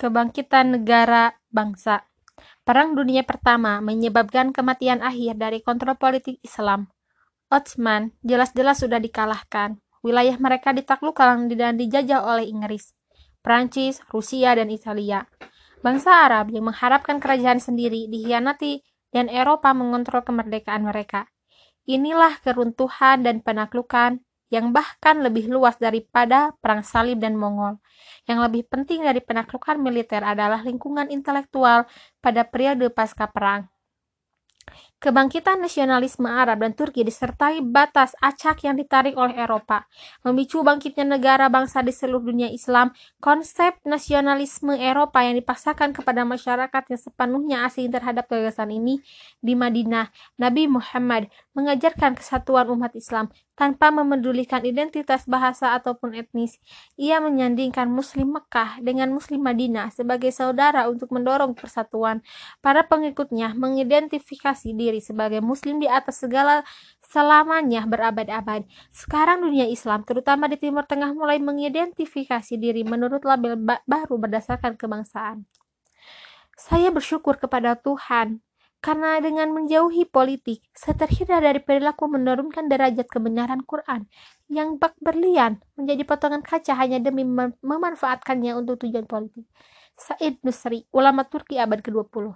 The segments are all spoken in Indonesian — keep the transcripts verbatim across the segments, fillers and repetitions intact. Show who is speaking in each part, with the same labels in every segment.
Speaker 1: Kebangkitan negara bangsa. Perang Dunia Pertama menyebabkan kematian akhir dari kontrol politik Islam. Ottoman jelas-jelas sudah dikalahkan. Wilayah mereka ditaklukkan dan dijajah oleh Inggris, Prancis, Rusia, dan Italia. Bangsa Arab yang mengharapkan kerajaan sendiri dikhianati dan Eropa mengontrol kemerdekaan mereka. Inilah keruntuhan dan penaklukan yang bahkan lebih luas daripada Perang Salib dan Mongol. Yang lebih penting dari penaklukan militer adalah lingkungan intelektual pada periode pasca perang. Kebangkitan nasionalisme Arab dan Turki disertai batas acak yang ditarik oleh Eropa, memicu bangkitnya negara bangsa di seluruh dunia Islam. Konsep nasionalisme Eropa yang dipaksakan kepada masyarakat yang sepenuhnya asing terhadap gagasan ini. Di Madinah, Nabi Muhammad mengajarkan kesatuan umat Islam tanpa memedulikan identitas bahasa ataupun etnis. Ia menyandingkan Muslim Mekah dengan Muslim Madinah sebagai saudara untuk mendorong persatuan. Para pengikutnya mengidentifikasi diri sebagai Muslim di atas segala selamanya berabad-abad. Sekarang dunia Islam, terutama di Timur Tengah, mulai mengidentifikasi diri menurut label ba- baru berdasarkan kebangsaan. Saya bersyukur kepada Tuhan karena dengan menjauhi politik, saya terhindar dari perilaku menurunkan derajat kebenaran Quran yang bak berlian menjadi potongan kaca hanya demi mem- memanfaatkannya untuk tujuan politik. Said Nusri, ulama Turki abad kedua puluh.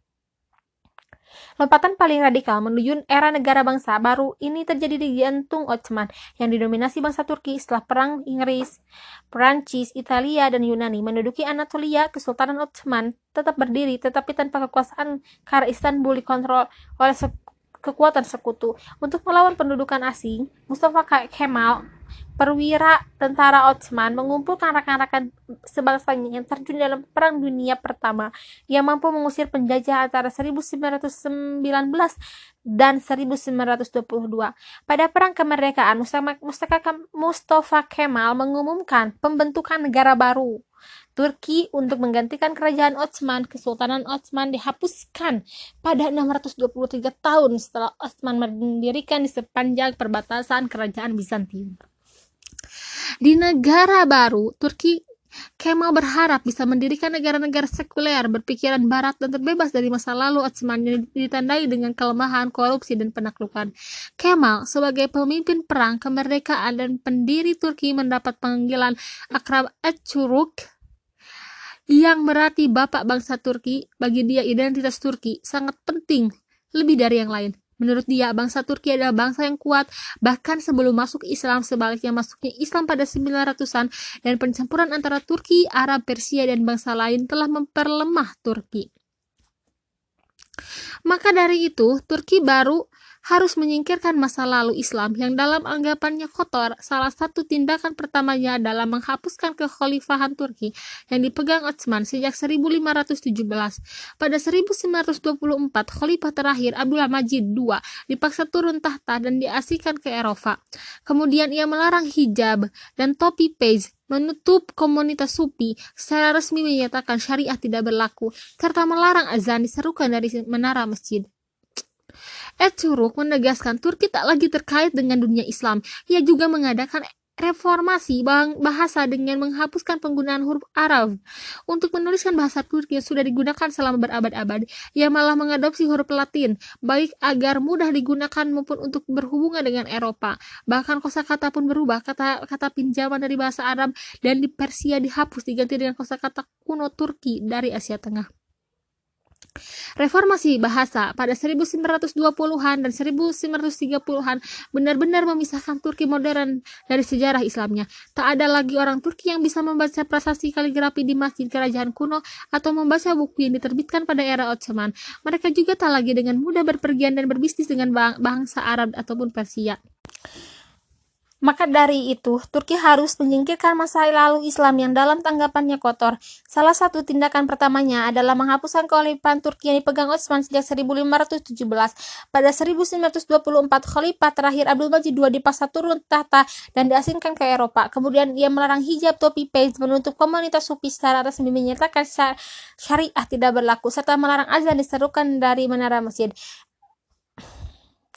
Speaker 1: Lompatan paling radikal menuju era negara bangsa baru ini terjadi di jantung Ottoman yang didominasi bangsa Turki setelah perang Inggris, Perancis, Italia, dan Yunani menduduki Anatolia. Kesultanan Ottoman tetap berdiri tetapi tanpa kekuasaan karena Istanbul dikontrol oleh se- kekuatan sekutu. Untuk melawan pendudukan asing, Mustafa Kemal, perwira tentara Ottoman, mengumpulkan rekan-rekan sebangsanya yang terjun dalam Perang Dunia Pertama yang mampu mengusir penjajah antara seribu sembilan ratus sembilan belas dan seribu sembilan ratus dua puluh dua. Pada Perang Kemerdekaan, Mustafa Kemal mengumumkan pembentukan negara baru, Turki, untuk menggantikan kerajaan Ottoman. Kesultanan Ottoman dihapuskan pada enam ratus dua puluh tiga tahun setelah Ottoman mendirikan di sepanjang perbatasan kerajaan Bizantium. Di negara baru, Turki, Kemal berharap bisa mendirikan negara-negara sekuler, berpikiran barat, dan terbebas dari masa lalu Ottoman yang ditandai dengan kelemahan, korupsi, dan penaklukan. Kemal, sebagai pemimpin perang kemerdekaan dan pendiri Turki, mendapat panggilan akrab Atatürk, yang berarti bapak bangsa Turki. Bagi dia, identitas Turki sangat penting, lebih dari yang lain. Menurut dia, bangsa Turki adalah bangsa yang kuat bahkan sebelum masuk Islam. Sebaliknya, masuknya Islam pada sembilan ratusan dan pencampuran antara Turki, Arab, Persia, dan bangsa lain telah memperlemah Turki. Maka dari itu, Turki baru harus menyingkirkan masa lalu Islam yang dalam anggapannya kotor. Salah satu tindakan pertamanya adalah menghapuskan kekhalifahan Turki yang dipegang Ottoman sejak seribu lima ratus tujuh belas. Pada seribu sembilan ratus dua puluh empat, khalifah terakhir Abdullah Majid kedua dipaksa turun tahta dan diasingkan ke Eropa. Kemudian ia melarang hijab dan topi page, menutup komunitas sufi, secara resmi menyatakan syariah tidak berlaku, serta melarang azan diserukan dari menara masjid. Atatürk menegaskan Turki tak lagi terkait dengan dunia Islam. Ia juga mengadakan reformasi bahasa dengan menghapuskan penggunaan huruf Arab untuk menuliskan bahasa Turki yang sudah digunakan selama berabad-abad. Ia malah mengadopsi huruf Latin, baik agar mudah digunakan maupun untuk berhubungan dengan Eropa. Bahkan kosakata pun berubah, kata-kata pinjaman dari bahasa Arab dan di Persia dihapus diganti dengan kosakata kuno Turki dari Asia Tengah. Reformasi bahasa pada seribu sembilan ratus dua puluhan dan seribu sembilan ratus tiga puluhan benar-benar memisahkan Turki modern dari sejarah Islamnya. Tak ada lagi orang Turki yang bisa membaca prasasti kaligrafi di masjid kerajaan kuno atau membaca buku yang diterbitkan pada era Ottoman. Mereka juga tak lagi dengan mudah berpergian dan berbisnis dengan bangsa Arab ataupun Persia. Maka dari itu, Turki harus menyingkirkan masa lalu Islam yang dalam tanggapannya kotor. Salah satu tindakan pertamanya adalah menghapuskan kekhalifahan Turki yang dipegang Ottoman sejak seribu lima ratus tujuh belas. Pada seribu sembilan ratus dua puluh empat, khalifah terakhir Abdul Majid kedua dipaksa turun tahta dan diasingkan ke Eropa. Kemudian ia melarang hijab, topi page, menutup komunitas sufi, secara resmi menyatakan syariah tidak berlaku, serta melarang azan diserukan dari menara masjid.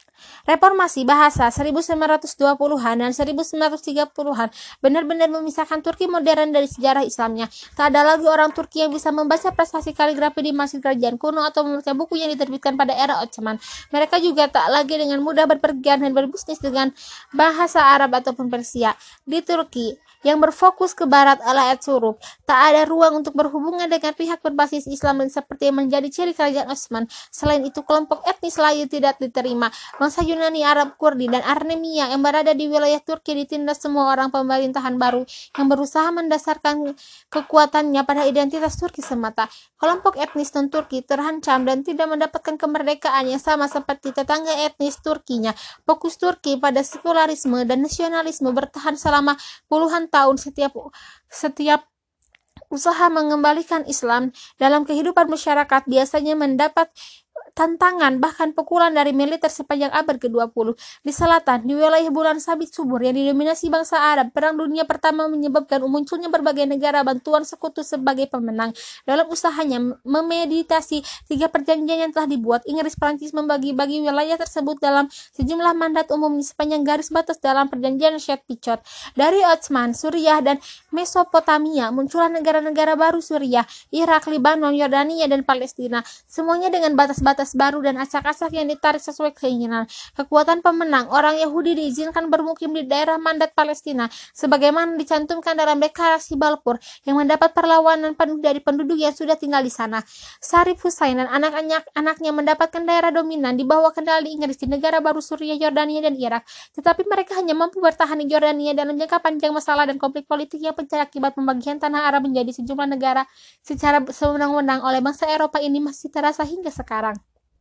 Speaker 1: Reformasi bahasa seribu sembilan ratus dua puluhan dan seribu sembilan ratus tiga puluhan benar-benar memisahkan Turki modern dari sejarah Islamnya. Tak ada lagi orang Turki yang bisa membaca prestasi kaligrafi di masjid kerajaan kuno atau membaca buku yang diterbitkan pada era Ottoman. Mereka juga tak lagi dengan mudah berpergian dan berbisnis dengan bahasa Arab ataupun Persia. Di Turki yang berfokus ke barat ala Ertuğrul, tak ada ruang untuk berhubungan dengan pihak berbasis Islam seperti yang menjadi ciri kerajaan Osman. Selain itu, kelompok etnis lain tidak diterima. Bangsa Yunani, Arab, Kurdi, dan Armenia yang berada di wilayah Turki ditindas semua orang pemerintahan baru yang berusaha mendasarkan kekuatannya pada identitas Turki semata. Kelompok etnis non-Turki terancam dan tidak mendapatkan kemerdekaan yang sama seperti tetangga etnis Turkinya. Fokus Turki pada sekularisme dan nasionalisme bertahan selama puluhan tahun. Setiap setiap usaha mengembalikan Islam dalam kehidupan masyarakat biasanya mendapat tantangan bahkan pukulan dari militer sepanjang abad ke dua puluh. Di selatan, di wilayah bulan sabit subur yang didominasi bangsa Arab, Perang Dunia Pertama menyebabkan munculnya berbagai negara bantuan sekutu sebagai pemenang. Dalam usahanya memeditasi tiga perjanjian yang telah dibuat, Inggris Prancis membagi-bagi wilayah tersebut dalam sejumlah mandat umum sepanjang garis batas dalam perjanjian Sykes-Picot. Dari Ottoman, Suriah, dan Mesopotamia muncullah negara-negara baru: Suriah, Irak, Libanon, Yordania, dan Palestina. Semuanya dengan batas-batas baru dan acak-acak yang ditarik sesuai keinginan. Kekuatan pemenang, orang Yahudi diizinkan bermukim di daerah mandat Palestina sebagaimana dicantumkan dalam deklarasi Balfour yang mendapat perlawanan penuh dari penduduk yang sudah tinggal di sana. Sharif Hussein dan anak-anaknya mendapatkan daerah dominan di bawah kendali Inggris di negara baru Suriah, Yordania, dan Irak. Tetapi mereka hanya mampu bertahan di Yordania dalam jangka panjang. Masalah dan konflik politik yang pecah akibat pembagian tanah Arab menjadi sejumlah negara secara sewenang-wenang oleh bangsa Eropa ini masih terasa hingga sekarang.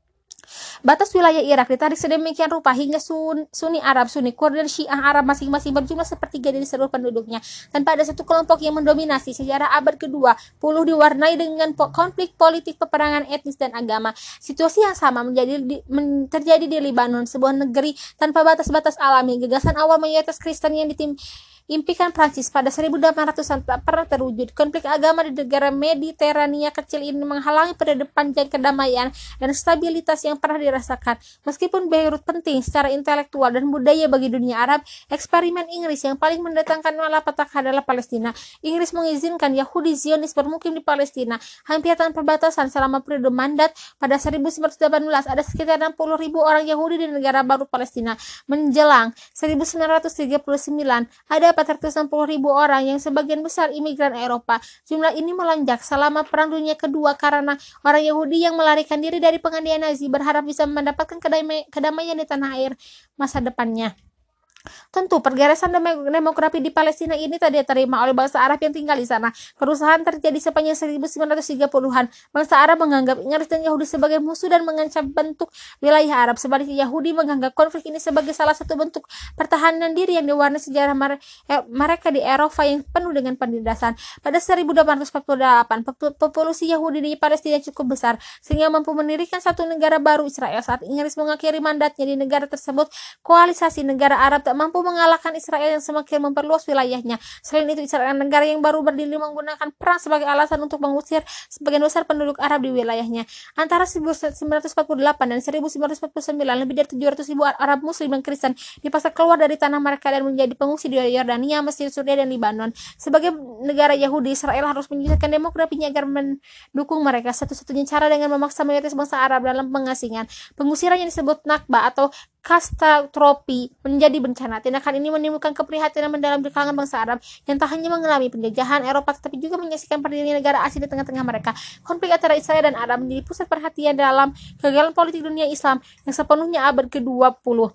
Speaker 1: Batas wilayah Irak ditarik sedemikian rupa hingga sun, Sunni Arab, Sunni Kurdi, dan Syiah Arab masing-masing berjumlah sepertiga dari seluruh penduduknya, tanpa ada satu kelompok yang mendominasi. Sejarah abad kedua puluh diwarnai dengan konflik politik, peperangan etnis, dan agama. Situasi yang sama menjadi di, men, terjadi di Libanon, sebuah negeri tanpa batas-batas alami. Gagasan awal mayoritas Kristen yang ditim impikan Prancis pada seribu delapan ratusan tak pernah terwujud. Konflik agama di negara Mediterania kecil ini menghalangi periode panjang kedamaian dan stabilitas yang pernah dirasakan. Meskipun Beirut penting secara intelektual dan budaya bagi dunia Arab, eksperimen Inggris yang paling mendatangkan malapetaka adalah Palestina. Inggris mengizinkan Yahudi Zionis bermukim di Palestina hampir tanpa batasan selama periode mandat. Pada seribu sembilan ratus delapan belas ada sekitar enam puluh ribu orang Yahudi di negara baru Palestina. Menjelang seribu sembilan ratus tiga puluh sembilan ada empat ratus enam puluh ribu orang yang sebagian besar imigran Eropa. Jumlah ini melonjak selama Perang Dunia Kedua karena orang Yahudi yang melarikan diri dari penganiayaan Nazi berharap bisa mendapatkan kedamaian di tanah air masa depannya. Tentu, pergerakan demografi di Palestina ini tidak diterima oleh bangsa Arab yang tinggal di sana. Kerusuhan terjadi sepanjang seribu sembilan ratus tiga puluhan. Bangsa Arab menganggap Inggris dan Yahudi sebagai musuh dan mengancam bentuk wilayah Arab. Sebaliknya, Yahudi menganggap konflik ini sebagai salah satu bentuk pertahanan diri yang diwarnai sejarah mereka di Eropa yang penuh dengan penindasan. Pada seribu delapan ratus empat puluh delapan, populasi Yahudi di Palestina cukup besar sehingga mampu mendirikan satu negara baru, Israel. Saat Inggris mengakhiri mandatnya di negara tersebut, koalisasi negara Arab tak mampu mengalahkan Israel yang semakin memperluas wilayahnya. Selain itu, Israel negara yang baru berdiri menggunakan perang sebagai alasan untuk mengusir sebagian besar penduduk Arab di wilayahnya. Antara seribu sembilan ratus empat puluh delapan dan seribu sembilan ratus empat puluh sembilan, lebih dari tujuh ratus ribu Arab Muslim dan Kristen dipaksa keluar dari tanah mereka dan menjadi pengungsi di Yordania, Mesir, Suriah, dan Libanon. Sebagai negara Yahudi, Israel harus menyusahkan demografinya agar mendukung mereka. Satu-satunya cara dengan memaksa mayoritas bangsa Arab dalam pengasingan. Pengusiran yang disebut Nakba atau katastrofi menjadi bencana. Tindakan ini menimbulkan keprihatinan mendalam di kalangan bangsa Arab yang tak hanya mengalami penjajahan Eropa tetapi juga menyaksikan berdirinya negara asing di tengah-tengah mereka. Konflik antara Israel dan Arab menjadi pusat perhatian dalam kegagalan politik dunia Islam yang sepenuhnya abad ke dua puluh.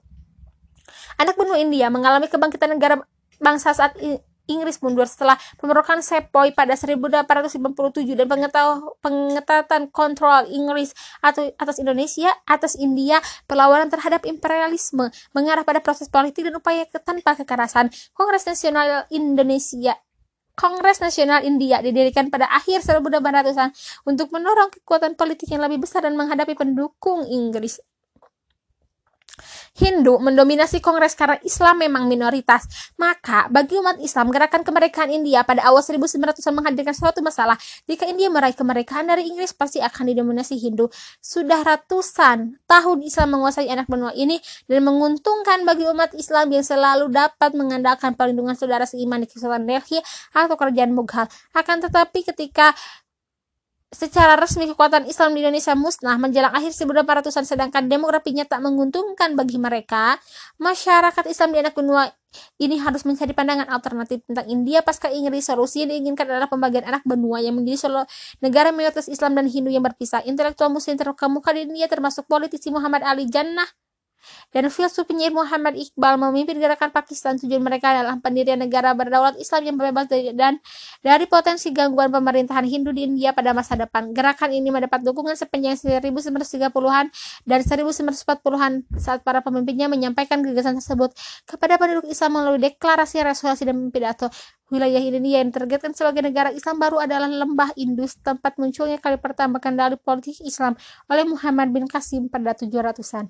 Speaker 1: Anak benua India mengalami kebangkitan negara bangsa saat Inggris mundur setelah pemberontakan Sepoy pada seribu delapan ratus lima puluh tujuh dan pengetatan kontrol Inggris atau atas Indonesia, atas India. Perlawanan terhadap imperialisme mengarah pada proses politik dan upaya tanpa kekerasan. Kongres Nasional Indonesia Kongres Nasional India didirikan pada akhir seribu delapan ratusan untuk mendorong kekuatan politik yang lebih besar dan menghadapi pendukung Inggris. Hindu mendominasi Kongres karena Islam memang minoritas. Maka, bagi umat Islam, gerakan kemerdekaan India pada awal seribu sembilan ratusan menghadirkan suatu masalah. Jika India meraih kemerdekaan dari Inggris, pasti akan didominasi Hindu. Sudah ratusan tahun Islam menguasai anak benua ini dan menguntungkan bagi umat Islam yang selalu dapat mengandalkan perlindungan saudara seiman di Kesultanan Delhi atau kerajaan Mughal. Akan tetapi ketika secara resmi kekuatan Islam di Indonesia musnah menjelang akhir seribu delapan ratusan sedangkan demografinya tak menguntungkan bagi mereka, masyarakat Islam di anak benua ini harus mencari pandangan alternatif tentang India pasca Inggris. Solusi yang diinginkan adalah pembagian anak benua yang menjadi solo negara mayoritas Islam dan Hindu yang berpisah. Intelektual muslim terkemuka di India termasuk politisi Muhammad Ali Jinnah dan filsuf penyair Muhammad Iqbal memimpin gerakan Pakistan. Tujuan mereka adalah pendirian negara berdaulat Islam yang bebas dari, dan dari potensi gangguan pemerintahan Hindu di India pada masa depan. Gerakan ini mendapat dukungan sepanjang seribu sembilan ratus tiga puluhan dan seribu sembilan ratus empat puluhan saat para pemimpinnya menyampaikan gagasan tersebut kepada penduduk Islam melalui deklarasi, resolusi, dan pidato. Wilayah India yang ditargetkan sebagai negara Islam baru adalah Lembah Indus, tempat munculnya kali pertama kendali politik Islam oleh Muhammad bin Qasim pada tujuh ratusan.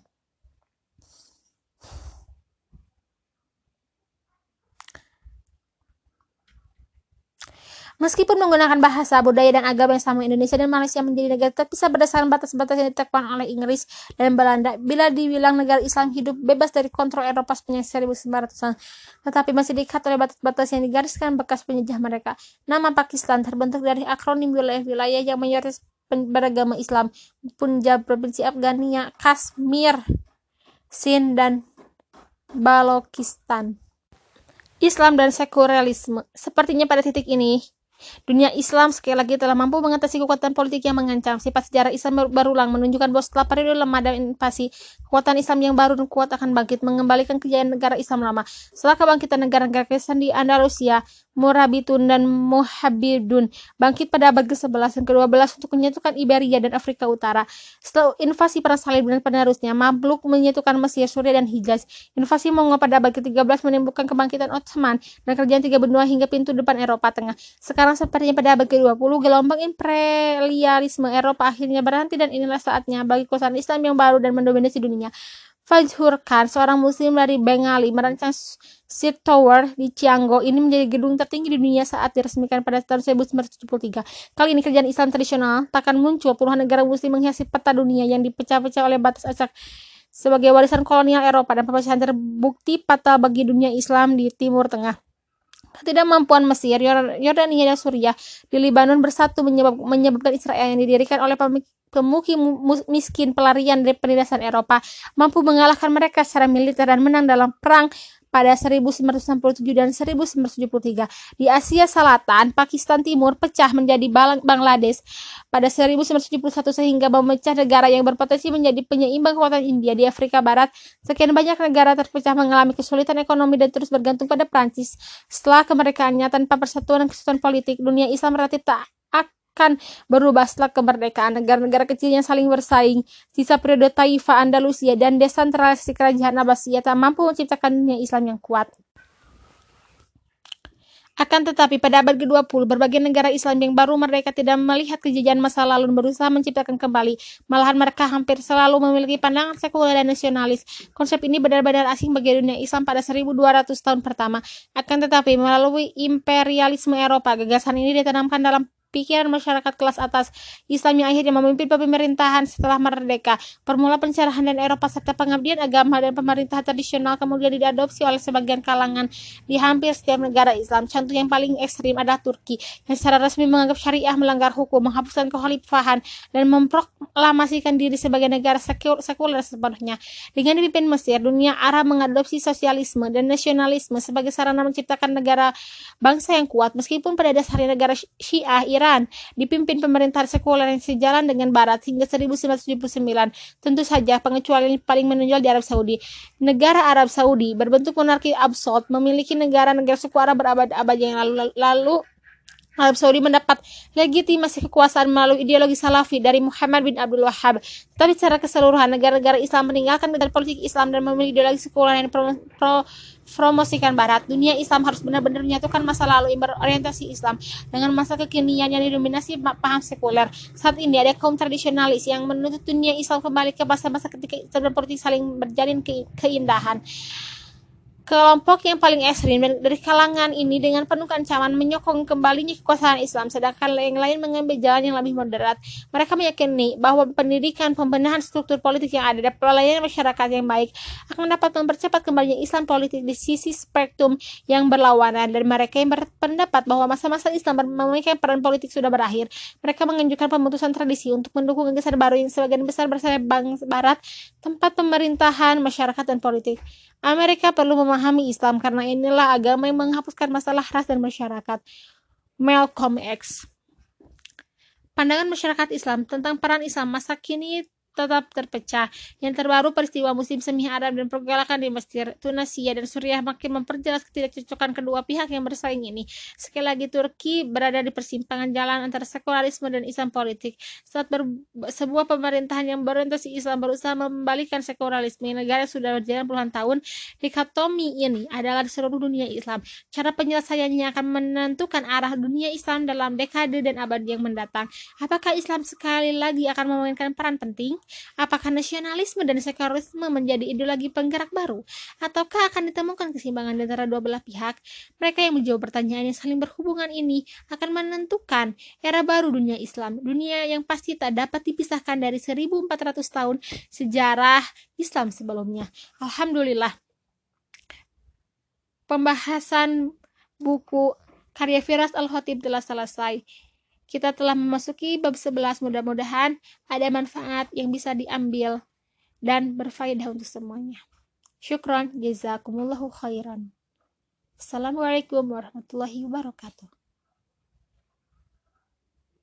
Speaker 1: Meskipun menggunakan bahasa, budaya, dan agama yang sama, Indonesia dan Malaysia menjadi negara terpisah berdasarkan batas-batas yang ditetapkan oleh Inggris dan Belanda. Bila dibilang negara Islam hidup bebas dari kontrol Eropa sepanjang seribu sembilan ratusan, tetapi masih diikat oleh batas-batas yang digariskan bekas penjajah mereka. Nama Pakistan terbentuk dari akronim wilayah-wilayah yang mayoritas beragama Islam: Punjab, Provinsi Afgania, Kashmir, Sind, dan Balochistan. Islam dan sekularisme. Sepertinya pada titik ini, dunia Islam sekali lagi telah mampu mengatasi kekuatan politik yang mengancam. Sifat sejarah Islam berulang menunjukkan bahwa setelah periode lemah dan invasi, kekuatan Islam yang baru dan kuat akan bangkit, mengembalikan kejayaan negara Islam lama. Setelah kebangkitan negara-negara Kristen di Andalusia, Murabitun dan Mohabitun bangkit pada abad ke-sebelas dan ke-dua belas untuk menyatukan Iberia dan Afrika Utara. Setelah invasi perang salib dan penerusnya, Mamluk menyatukan Mesir, Suriah, dan Hijaz. Invasi Mongol pada abad ke-tiga belas menimbulkan kebangkitan Ottoman dan kerajaan tiga benua hingga pintu depan Eropa Tengah. Sekarang sepertinya pada abad ke-dua puluh, gelombang imperialisme Eropa akhirnya berhenti dan inilah saatnya bagi kekuasaan Islam yang baru dan mendominasi dunia. Fazlur Khan, seorang muslim dari Bengali, merancang Seat Tower di Canggu. Ini menjadi gedung tertinggi di dunia saat diresmikan pada tahun seribu sembilan ratus tujuh puluh tiga. Kali ini kerajaan Islam tradisional takkan muncul. Puluhan negara muslim menghiasi peta dunia yang dipecah-pecah oleh batas acak sebagai warisan kolonial Eropa dan pemecahan terbukti fatal bagi dunia Islam di Timur Tengah. Ketidakmampuan Mesir, Yordania, dan Suriah di Lebanon bersatu menyebab, menyebabkan Israel yang didirikan oleh pemukim miskin pelarian dari penindasan Eropa mampu mengalahkan mereka secara militer dan menang dalam perang pada seribu sembilan ratus enam puluh tujuh dan seribu sembilan ratus tujuh puluh tiga. Di Asia Selatan, Pakistan Timur pecah menjadi Bangladesh pada seribu sembilan ratus tujuh puluh satu sehingga memecah negara yang berpotensi menjadi penyeimbang kekuatan India. Di Afrika Barat, sekian banyak negara terpecah mengalami kesulitan ekonomi dan terus bergantung pada Prancis. Setelah kemerdekaannya, tanpa persatuan dan kesatuan politik, dunia Islam relatif tak akan berubah. Setelah kemerdekaan, negara-negara kecil yang saling bersaing, sisa periode Taifah, Andalusia, dan desentralisasi kerajaan Abbasiyah tak mampu menciptakan dunia Islam yang kuat. Akan tetapi pada abad ke-dua puluh, berbagai negara Islam yang baru merdeka tidak melihat kejayaan masa lalu dan berusaha menciptakan kembali. Malahan mereka hampir selalu memiliki pandangan sekuler dan nasionalis. Konsep ini benar-benar asing bagi dunia Islam pada seribu dua ratus tahun pertama. Akan tetapi melalui imperialisme Eropa, gagasan ini ditanamkan dalam pikiran masyarakat kelas atas Islam yang akhirnya memimpin pemerintahan setelah merdeka. Formula pencerahan dan Eropa serta pengabdian agama dan pemerintahan tradisional kemudian diadopsi oleh sebagian kalangan di hampir setiap negara Islam. Contoh yang paling ekstrim adalah Turki, yang secara resmi menganggap syariah melanggar hukum, menghapuskan kekhalifahan, dan memproklamasikan diri sebagai negara sekuler sepenuhnya. Dengan dipimpin Mesir, dunia Arab mengadopsi sosialisme dan nasionalisme sebagai sarana menciptakan negara bangsa yang kuat. Meskipun pada dasarnya negara Syiah Iran dipimpin pemerintahan sekuler yang sejalan dengan Barat hingga seribu sembilan ratus tujuh puluh sembilan. Tentu saja pengecualian paling menonjol di Arab Saudi. Negara Arab Saudi berbentuk monarki absolut, memiliki negara-negara suku Arab berabad-abad yang lalu, lalu Arab Saudi mendapat legitimasi kekuasaan melalui ideologi Salafi dari Muhammad bin Abdul Wahhab. Tapi secara keseluruhan, negara-negara Islam meninggalkan dari politik Islam dan memilih ideologi sekuler yang dipromosikan Barat. Dunia Islam harus benar-benar menyatukan masa lalu yang berorientasi Islam dengan masa kekinian yang didominasi paham sekuler. Saat ini ada kaum tradisionalis yang menuntut dunia Islam kembali ke masa-masa ketika Islam dan politik saling berjalin ke keindahan. Kelompok yang paling ekstrim dari kalangan ini dengan penuh ancaman menyokong kembalinya kekuasaan Islam, sedangkan yang lain mengambil jalan yang lebih moderat. Mereka meyakini bahwa pendidikan, pembenahan struktur politik yang ada, dan pelayanan masyarakat yang baik akan dapat mempercepat kembalinya Islam politik di sisi spektrum yang berlawanan. Dan mereka yang berpendapat bahwa masa-masa Islam memainkan peran politik sudah berakhir. Mereka menganjurkan pemutusan tradisi untuk mendukung gagasan baru yang sebagian besar berasal dari Barat, tempat pemerintahan, masyarakat, dan politik. Amerika perlu memahami Islam karena inilah agama yang menghapuskan masalah ras dan masyarakat. Malcolm X. Pandangan masyarakat Islam tentang peran Islam masa kini tetap terpecah. Yang terbaru, peristiwa musim semi Arab dan pergolakan di Mesir, Tunisia, dan Suriah makin memperjelas ketidakcocokan kedua pihak yang bersaing ini. Sekali lagi, Turki berada di persimpangan jalan antara sekularisme dan Islam politik. Saat sebuah pemerintahan yang berorientasi Islam berusaha membalikan sekularisme negara yang sudah berjalan puluhan tahun, dikotomi ini adalah di seluruh dunia Islam. Cara penyelesaiannya akan menentukan arah dunia Islam dalam dekade dan abad yang mendatang. Apakah Islam sekali lagi akan memainkan peran penting? Apakah nasionalisme dan sekularisme menjadi ideologi penggerak baru? Ataukah akan ditemukan keseimbangan di antara dua belah pihak? Mereka yang menjawab pertanyaan yang saling berhubungan ini akan menentukan era baru dunia Islam, dunia yang pasti tak dapat dipisahkan dari seribu empat ratus tahun sejarah Islam sebelumnya. Alhamdulillah, pembahasan buku karya Firas Al-Khatib telah selesai. Kita telah memasuki bab sebelas, mudah-mudahan ada manfaat yang bisa diambil dan berfaedah untuk semuanya. Syukran, jazakumullahu khairan. Assalamualaikum warahmatullahi wabarakatuh.